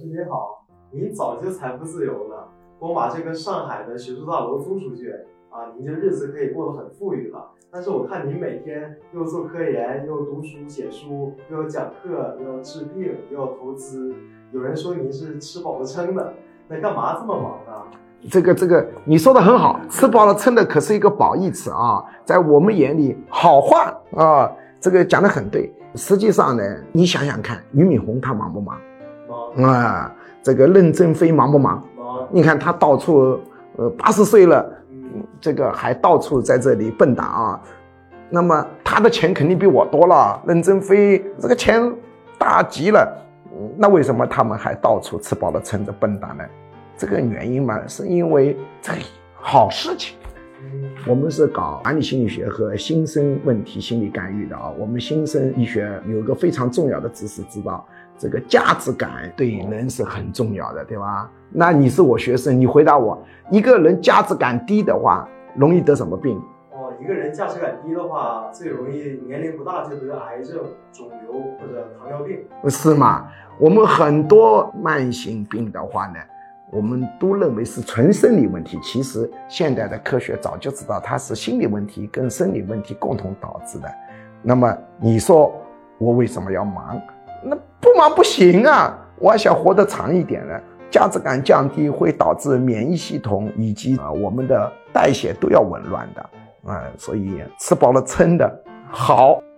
师您好，您早就财富自由了，光把这个上海的学术大楼租出去啊，您这日子可以过得很富裕了。但是我看您每天又做科研，又读书写书，又要讲课，又要治病，又要投资，有人说您是吃饱了撑的，那干嘛这么忙呢？ 这个你说的很好，吃饱了撑的可是一个褒义词啊，在我们眼里好话啊，这个讲得很对。实际上呢，你想想看，俞敏洪他忙不忙？忙啊。这个任正非忙不忙？忙。你看他到处80岁了，这个还到处在这里蹦跶啊。那么他的钱肯定比我多了，任正非这个钱大极了，那为什么他们还到处吃饱了撑着蹦跶呢？这个原因嘛，是因为这个好事情。我们是搞管理心理学和新生问题心理干预的啊。我们新生医学有一个非常重要的知识，知道这个价值感对人是很重要的，对吧？那你是我学生，你回答我，一个人价值感低的话，容易得什么病？ 一个人价值感低的话，最容易年龄不大就得癌症、肿瘤或者糖尿病， 是吗？我们很多慢性病的话呢，我们都认为是纯生理问题，其实现代的科学早就知道它是心理问题跟生理问题共同导致的。那么你说我为什么要忙？那不忙不行啊，我还想活得长一点呢。价值感降低会导致免疫系统以及我们的代谢都要紊乱的所以吃饱了撑的好。